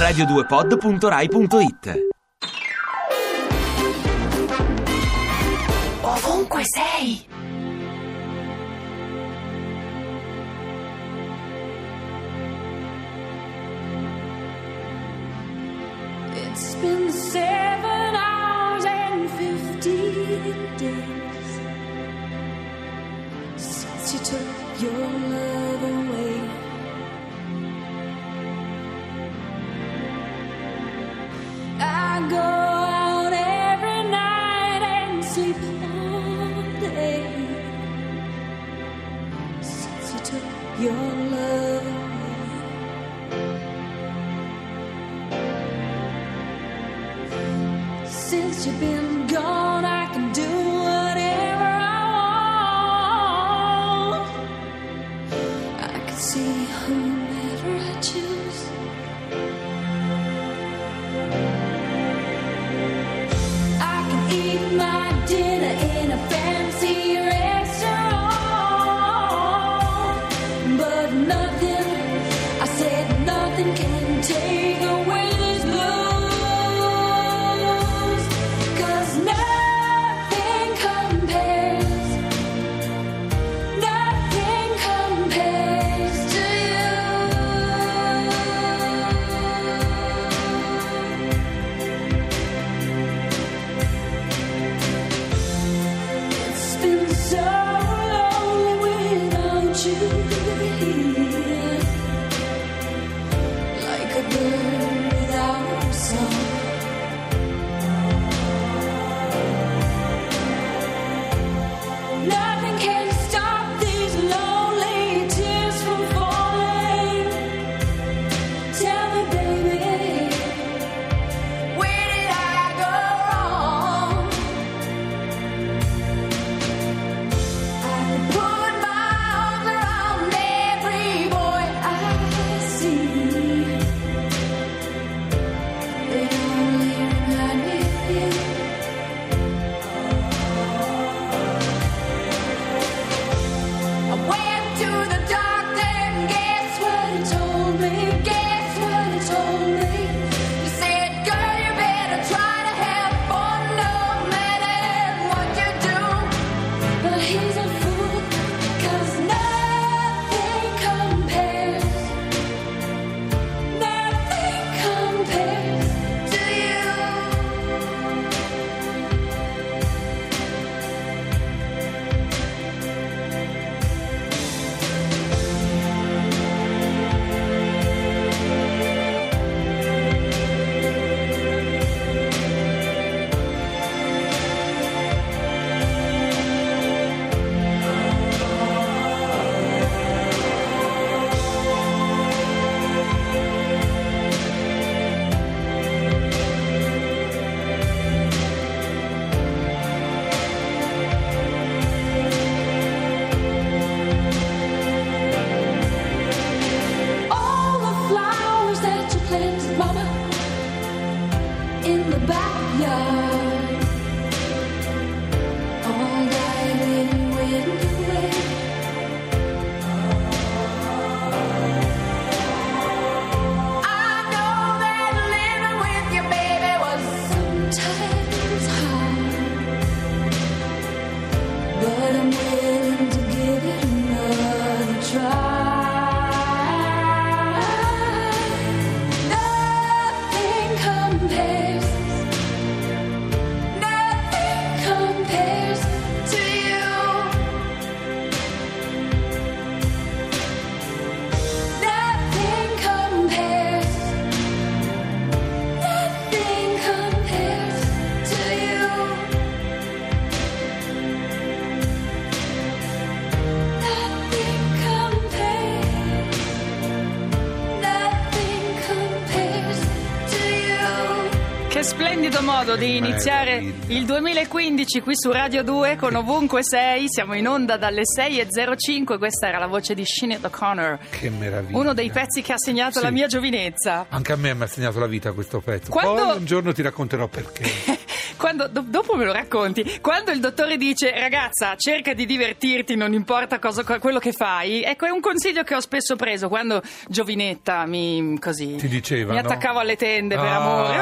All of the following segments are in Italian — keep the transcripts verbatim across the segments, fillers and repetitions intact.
radio due pod punto rai punto it. Ovunque sei. It's been seven hours and fifty days since you took your love away. I go out every night and sleep all day since you took your love away. Since you've been gone, I can do whatever I want. I can see whomever I choose. I can eat my dinner in a fancy restaurant, but nothing, I said nothing can take away this blue. Che splendido modo di iniziare il duemilaquindici qui su Radio due con Ovunque Sei. Siamo in onda dalle sei e zero cinque. Questa era la voce di Sinead O'Connor. Che meraviglia. Uno dei pezzi che ha segnato sì. la mia giovinezza. Anche a me mi ha segnato la vita questo pezzo. Quando... Poi un giorno ti racconterò perché. quando, do, dopo me lo racconti, quando il dottore dice ragazza cerca di divertirti, non importa cosa, quello che fai, ecco è un consiglio che ho spesso preso quando giovinetta mi così ti diceva, mi no? attaccavo alle tende per Ah, amore.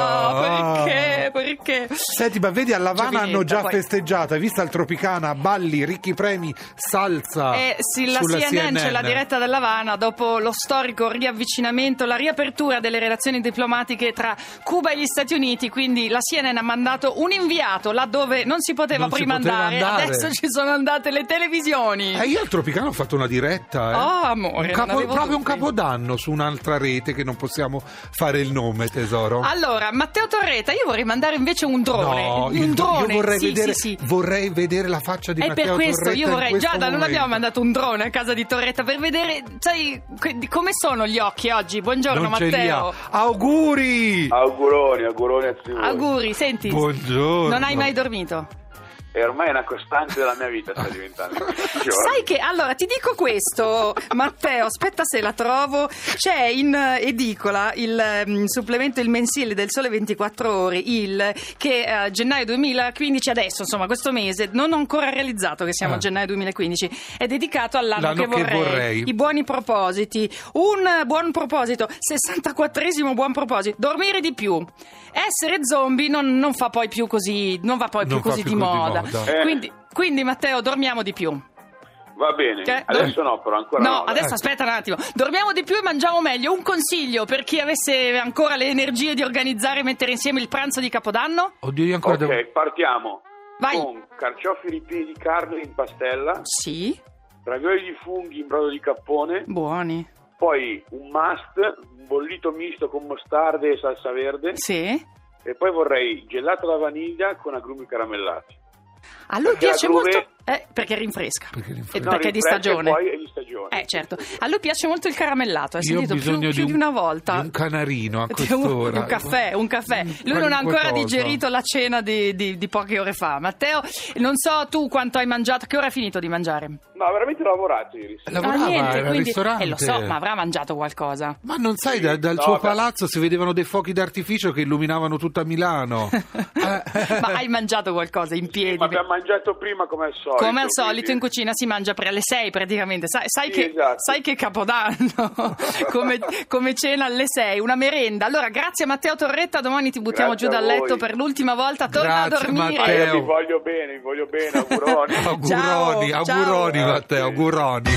Oh, perché? ah. Perché? Senti, ma vedi, a L'Havana Giovinetta, hanno già poi. festeggiato, hai visto al Tropicana, balli, ricchi premi, salsa. Eh sì, la sulla C N N, C N N. c'è la diretta dell'Havana dopo lo storico riavvicinamento, la riapertura delle relazioni diplomatiche tra Cuba e gli Stati Uniti, quindi la C N N ha mandato un inviato laddove non si poteva Non si prima poteva andare, andare. adesso ci sono andate le televisioni. Eh, io al Tropicana ho fatto una diretta, eh. Oh, amore, un capo- non avevo proprio un dubbi. capodanno su un'altra rete che non possiamo fare il nome, tesoro. Allora, Matteo Torretta, io vorrei mandare invece un drone. No, un il- drone, io vorrei sì, vedere, sì, sì. vorrei vedere la faccia di E per Matteo questo Torretta io in vorrei. questo Giada, non momento. abbiamo mandato un drone a casa di Torretta per vedere, sai, que- di come sono gli occhi oggi. Buongiorno, Non ce li ha. Matteo. Auguri! Auguroni, auguroni a tutti voi. Auguri, senti. Buongiorno. Non hai mai dormito? E ormai è una costante della mia vita, sta diventando. Sai che, allora, ti dico questo, Matteo, aspetta se la trovo. C'è in eh, edicola il mm, supplemento, il mensile del Sole ventiquattro Ore, il che eh, gennaio duemilaquindici, adesso, insomma, questo mese, non ho ancora realizzato che siamo Ah. a gennaio duemilaquindici, è dedicato all'anno L'anno che che vorrei, vorrei. i buoni propositi. Un buon proposito, sessantaquattresimo buon proposito, dormire di più. Essere zombie non, non fa poi più così, non va poi Non più fa così più di così di moda. moda. Eh. Quindi, quindi, Matteo, dormiamo di più. Va bene, Che- adesso no, però ancora No, no. dai. adesso aspetta un attimo. Dormiamo di più e mangiamo meglio. Un consiglio per chi avesse ancora le energie di organizzare e mettere insieme il pranzo di Capodanno? Oddio, io ancora Ok, devo... partiamo Vai. con carciofi ripieni di carne in pastella, Sì, ravioli di funghi in brodo di cappone, buoni. poi un must, un bollito misto con mostarde e salsa verde, Sì. e poi vorrei gelato alla vaniglia con agrumi caramellati. A lui Perché piace l'agrume- molto eh, perché rinfresca. Perché rinfresca. E No, perché è di rinfresca stagione. E poi è di stagione. Eh, certo. A lui piace molto il caramellato, hai Io ho sentito più, bisogno più di, di, un, una volta. di un canarino a Di un, quest'ora. un caffè, un caffè. Lui non ha ancora Qualcosa. digerito la cena di, di- di poche ore fa. Matteo, non so tu quanto hai mangiato, che ora hai finito di mangiare? No, veramente ho lavorato ieri sera. Lavorava Ah, niente, al quindi, ristorante. eh, lo so, ma avrà mangiato qualcosa. Ma non sai, da- dal No, suo beh. palazzo si vedevano dei fuochi d'artificio che illuminavano tutta Milano. Ma hai mangiato qualcosa in piedi? Ma abbiamo mangiato prima come al solito. Come al solito quindi- in cucina si mangia pre alle sei praticamente, sai, sai, Sì, che, esatto. sai che Capodanno, come, come cena alle sei, una merenda. Allora grazie a Matteo Torretta, domani ti buttiamo Grazie giù a dal letto voi. per l'ultima volta, torna Grazie, a dormire. Ma io Matteo. vi voglio bene, vi voglio bene, auguroni. auguroni, Ciao, auguroni ciao. Matteo, auguroni.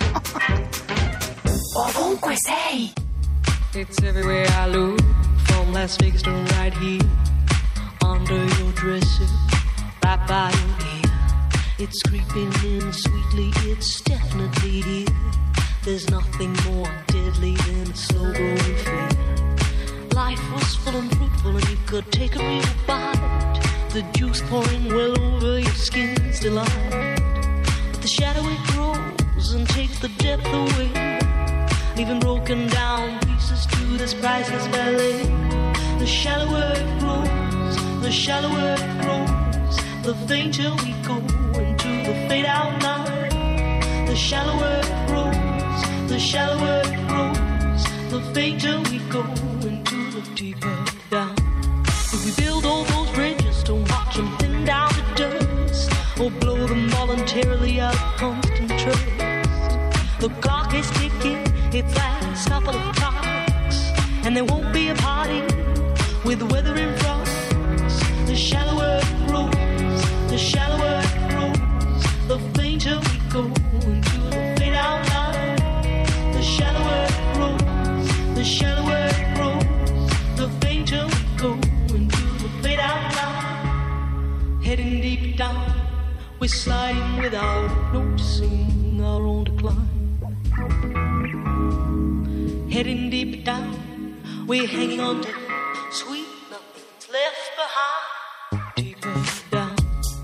Ovunque sei. It's everywhere I look, from Las Vegas to right here, under your dresser, right by your ear. It's creeping in sweetly, it's definitely here. There's nothing more deadly than a slow growing fear. Life was full and fruitful and you could take a real bite. The juice pouring well over your skin's delight. But the shadow it grows and takes the depth away, leaving broken down pieces to this priceless ballet. The shallower it grows, the shallower it grows, the fainter we go into the fade out line. The shallower it grows, the shallower it grows, the fainter we go into the deeper down. If we build all those bridges, don't watch them thin down to dust, or blow them voluntarily out of constant trust. The clock is ticking, its last couple of clocks, and there won't be a party with the weather in front. The shallower it grows, the shallower it grows, the fainter we go into the fade out line. The shallower it grows, the shallower it grows, the fainter we go into the fade out line. Heading deep down, we're sliding without noticing our own decline. Heading deep down, we're hanging on to sweet nothing's left behind. Deeper down.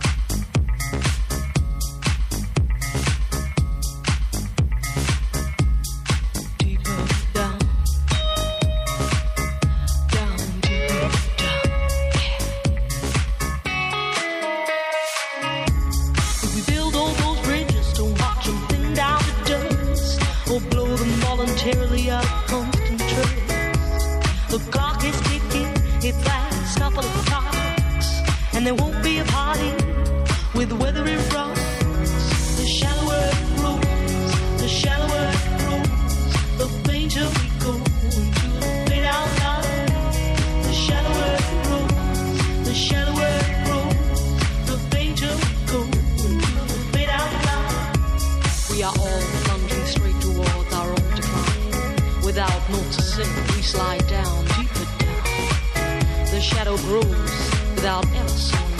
Deeper down. Down, deeper down. If we build all those bridges, don't watch them thin down to dust, or blow them voluntarily out of constant trust. The clock is a party with weathery fronts. The shallower it grows, the shallower it grows, the fainter we go into the fade out line. The shallower it grows, the shallower it grows, the fainter we go into the fade out line. We are all plunging straight towards our own decline. Without naught to sink, we slide down, deeper down. The shadow grows without ever slowing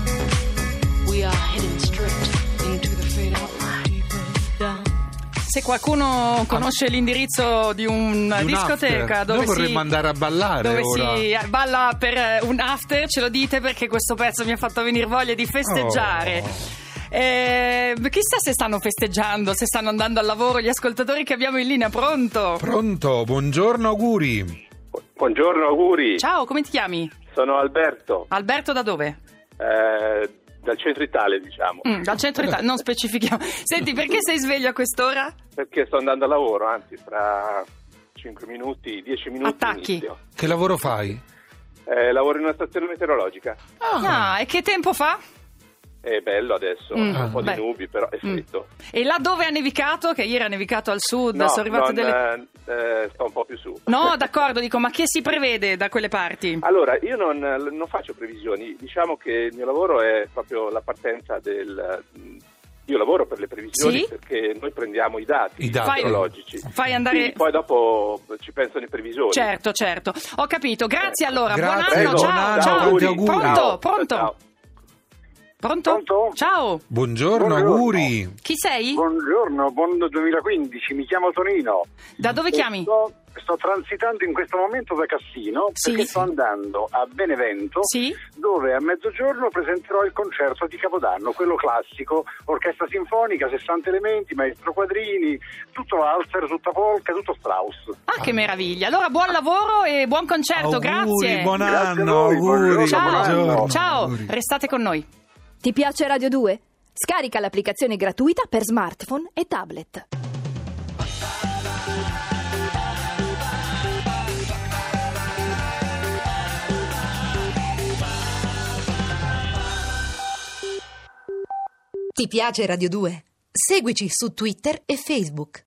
down. We are heading straight into the fade out line, deeper down. Se qualcuno conosce l'indirizzo di una Di un discoteca after. dove Noi vorremmo si, andare a ballare dove ora. si balla per un after, ce lo dite, perché questo pezzo mi ha fatto venire voglia di festeggiare. Oh. Eh, chissà se stanno festeggiando, se stanno andando al lavoro gli ascoltatori che abbiamo in linea. Pronto? Pronto, buongiorno, auguri. Buongiorno, auguri. Ciao, come ti chiami? Sono Alberto, Alberto, da dove? eh, dal centro Italia, diciamo, Mm, dal centro Italia, non specifichiamo. Senti, perché sei sveglio a quest'ora? perché sto andando a lavoro, anzi, fra cinque minuti, dieci minuti Attacchi. inizio. Che lavoro fai? Eh, lavoro in una stazione meteorologica. Ah, e che tempo fa? È bello adesso, Mm, un po' beh. di nubi, però è Mm. fritto. E là dove ha nevicato, che ieri ha nevicato al sud, No, sono arrivate non, delle... eh, sto un po' più su. No, d'accordo, dico, ma che si prevede da quelle parti? Allora, io non, non faccio previsioni, diciamo che il mio lavoro è proprio la partenza del... Io lavoro per le previsioni, Sì? perché noi prendiamo i dati, I dati. meteorologici. Fai andare... Quindi poi dopo ci pensano i previsori. Certo, certo. Ho capito. Grazie allora. Grazie, buon anno. buon Ciao, anno, ciao. auguri. Auguri. Pronto? Ciao, Pronto? ciao. Pronto? Pronto? Ciao. Buongiorno, Buongiorno. auguri. Chi sei? Buongiorno, buon duemilaquindici, mi chiamo Tonino. Da dove chiami? Sto, sto transitando in questo momento da Cassino Sì. perché sto andando a Benevento, Sì? dove a mezzogiorno presenterò il concerto di Capodanno, quello classico, orchestra sinfonica, sessanta elementi, maestro Quadrini, tutto Walzer, tutta polka, tutto Strauss. Ah, che meraviglia. Allora, buon lavoro e buon concerto. Auguri, Grazie. buon Grazie a anno, voi, auguri. buongiorno, Ciao. buongiorno. Ciao. Auguri. Restate con noi. Ti piace Radio due? Scarica l'applicazione gratuita per smartphone e tablet. Ti piace Radio due? Seguici su Twitter e Facebook.